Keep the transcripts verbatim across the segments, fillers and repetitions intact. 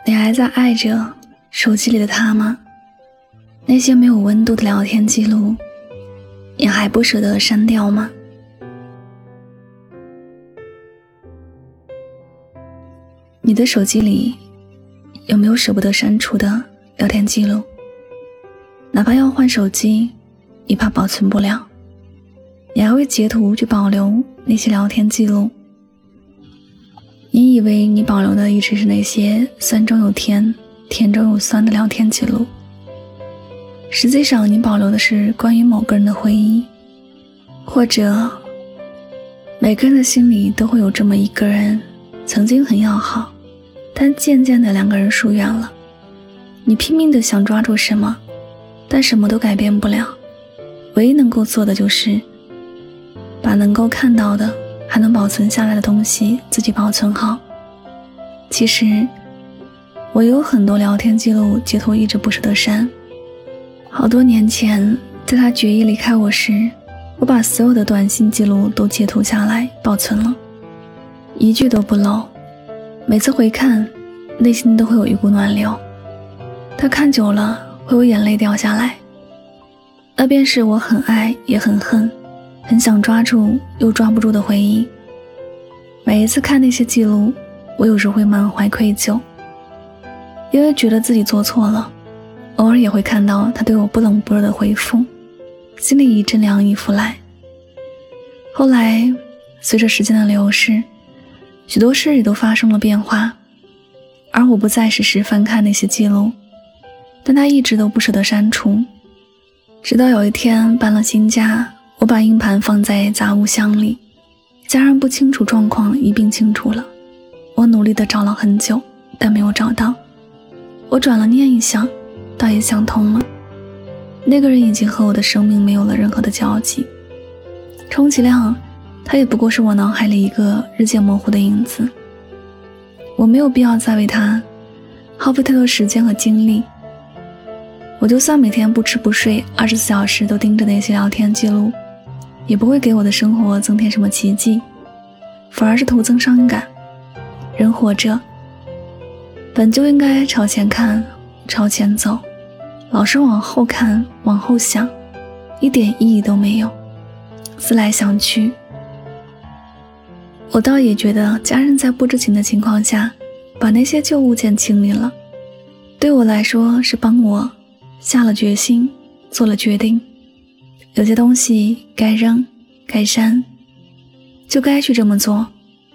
你还在爱着手机里的他吗？那些没有温度的聊天记录，你还不舍得删掉吗？你的手机里有没有舍不得删除的聊天记录？哪怕要换手机，你怕保存不了，你还会截图去保留那些聊天记录。你以为你保留的一直是那些酸中有甜，甜中有酸的聊天记录，实际上你保留的是关于某个人的回忆。或者每个人的心里都会有这么一个人，曾经很要好，但渐渐的两个人疏远了。你拼命的想抓住什么，但什么都改变不了，唯一能够做的就是把能够看到的还能保存下来的东西自己保存好。其实我有很多聊天记录截图一直不舍得删。好多年前在他决意离开我时，我把所有的短信记录都截图下来保存了，一句都不漏。每次回看，内心都会有一股暖流，他看久了会有眼泪掉下来。那便是我很爱也很恨，很想抓住又抓不住的回忆。每一次看那些记录，我有时会满怀愧疚，因为觉得自己做错了。偶尔也会看到他对我不冷不热的回复，心里一阵凉意浮来。后来随着时间的流逝，许多事也都发生了变化，而我不再时时翻看那些记录，但他一直都不舍得删除。直到有一天搬了新家，我把硬盘放在杂物箱里，家人不清楚状况一并清楚了。我努力地找了很久，但没有找到。我转了念一想，倒也想通了，那个人已经和我的生命没有了任何的交集，充其量他也不过是我脑海里一个日渐模糊的影子。我没有必要再为他耗费太多时间和精力。我就算每天不吃不睡二十四小时都盯着那些聊天记录，也不会给我的生活增添什么奇迹，反而是徒增伤感。人活着本就应该朝前看，朝前走，老是往后看，往后想，一点意义都没有。思来想去，我倒也觉得家人在不知情的情况下把那些旧物件清理了，对我来说是帮我下了决心，做了决定。有些东西该扔该删，就该去这么做。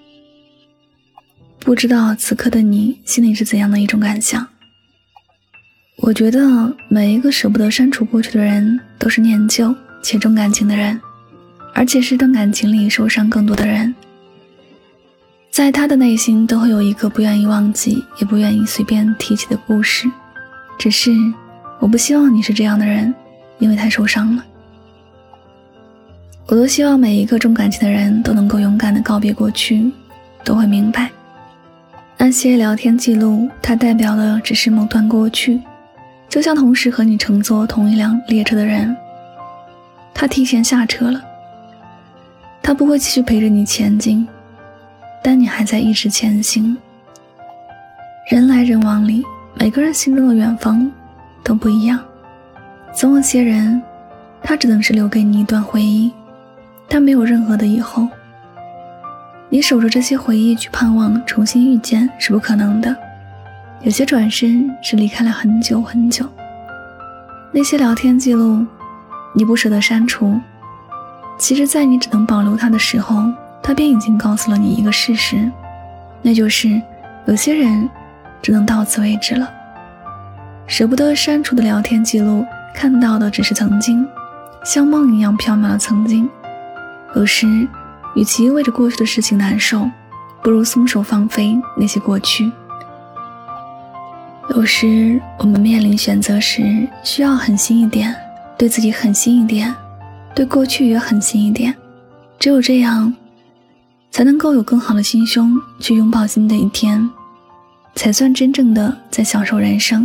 不知道此刻的你心里是怎样的一种感想？我觉得每一个舍不得删除过去的人都是念旧且重感情的人，而且是段感情里受伤更多的人。在他的内心都会有一个不愿意忘记也不愿意随便提起的故事，只是我不希望你是这样的人，因为太受伤了。我都希望每一个重感情的人都能够勇敢地告别过去，都会明白那些聊天记录它代表的只是某段过去，就像同时和你乘坐同一辆列车的人，他提前下车了，他不会继续陪着你前进，但你还在一直前行。人来人往里，每个人心中的远方都不一样。总有些人他只能是留给你一段回忆，他没有任何的以后。你守着这些回忆去盼望重新遇见是不可能的，有些转身是离开了很久很久。那些聊天记录你不舍得删除，其实在你只能保留它的时候，它便已经告诉了你一个事实，那就是有些人只能到此为止了。舍不得删除的聊天记录，看到的只是曾经，像梦一样缥缈的曾经。有时与其为着过去的事情难受，不如松手放飞那些过去。有时我们面临选择时，需要狠心一点，对自己狠心一点，对过去也狠心一点。只有这样，才能够有更好的心胸去拥抱新的一天，才算真正的在享受人生。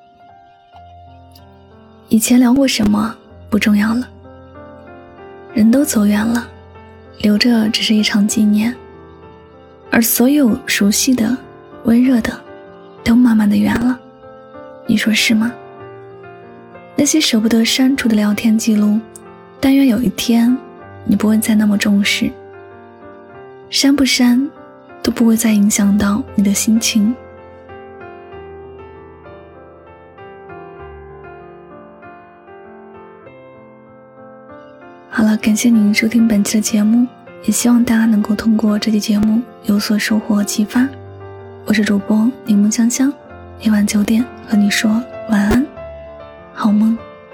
以前聊过什么不重要了，人都走远了，留着只是一场纪念。而所有熟悉的、温热的、 都慢慢的远了，你说是吗？那些舍不得删除的聊天记录，但愿有一天你不会再那么重视，删不删都不会再影响到你的心情。好了，感谢您收听本期的节目，也希望大家能够通过这期节目有所收获启发。我是主播柠檬香香，每晚九点和你说晚安，好梦。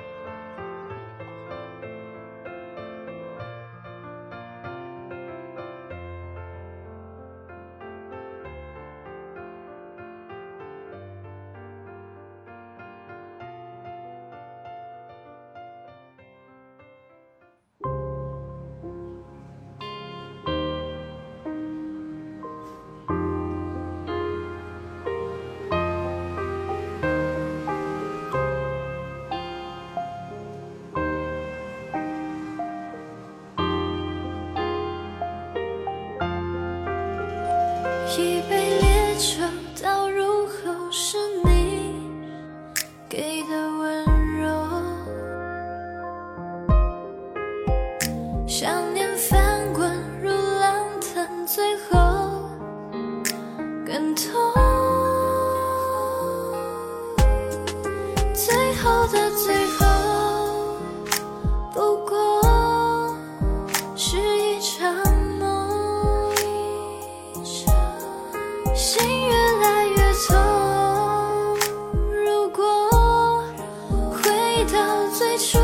一杯烈酒倒入后，是你给的温柔，想念翻滚如浪腾，最后更痛。最后的最后，不过是一场心越来越痛，如果回到最初，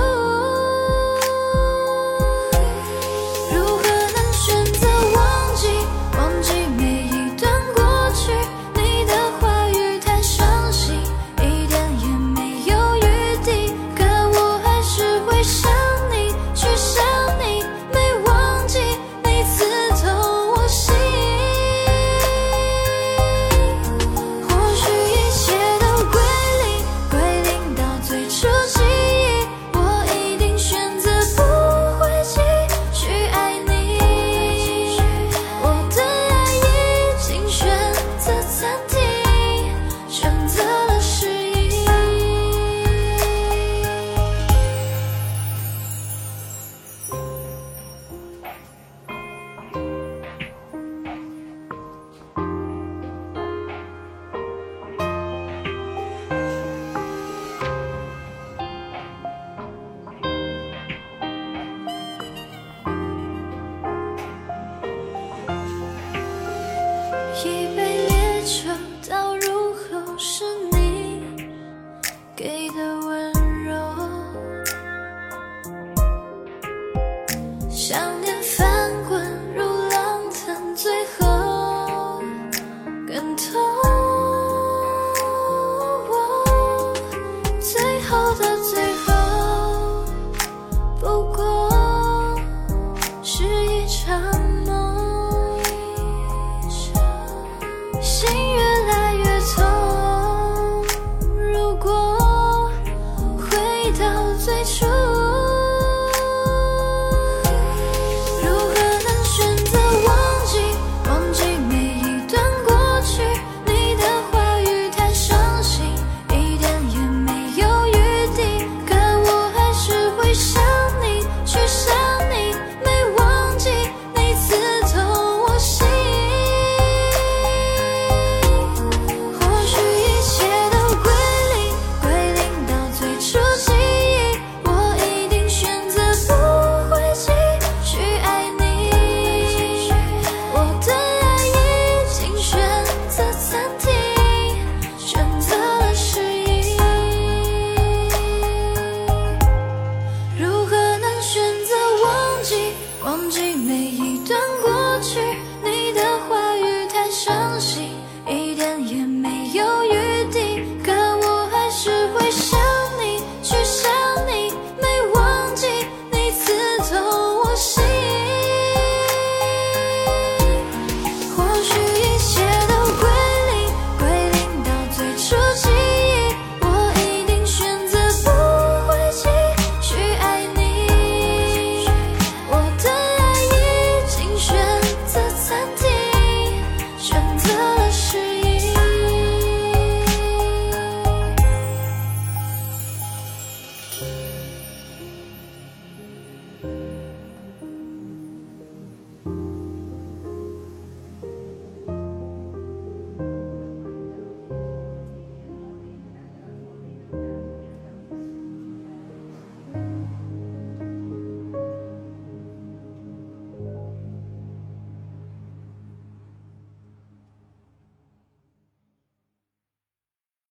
如何能选择忘记，忘记每一段过去？你的话语太伤心，一点也没有余地，可我还是会想你，去想你，没忘记你刺痛我心。一杯烈酒倒入后，是你给的温柔，想念翻滚如浪腾，最后更痛。最后的最后，不过是一场梦。心越来越痛，如果回到最初，如何能选择忘记，忘记每一段过去？你的话语太伤心，一点也没有余地，可我还是会想你，去想你，没忘记你刺痛我心。忘记每一段过去。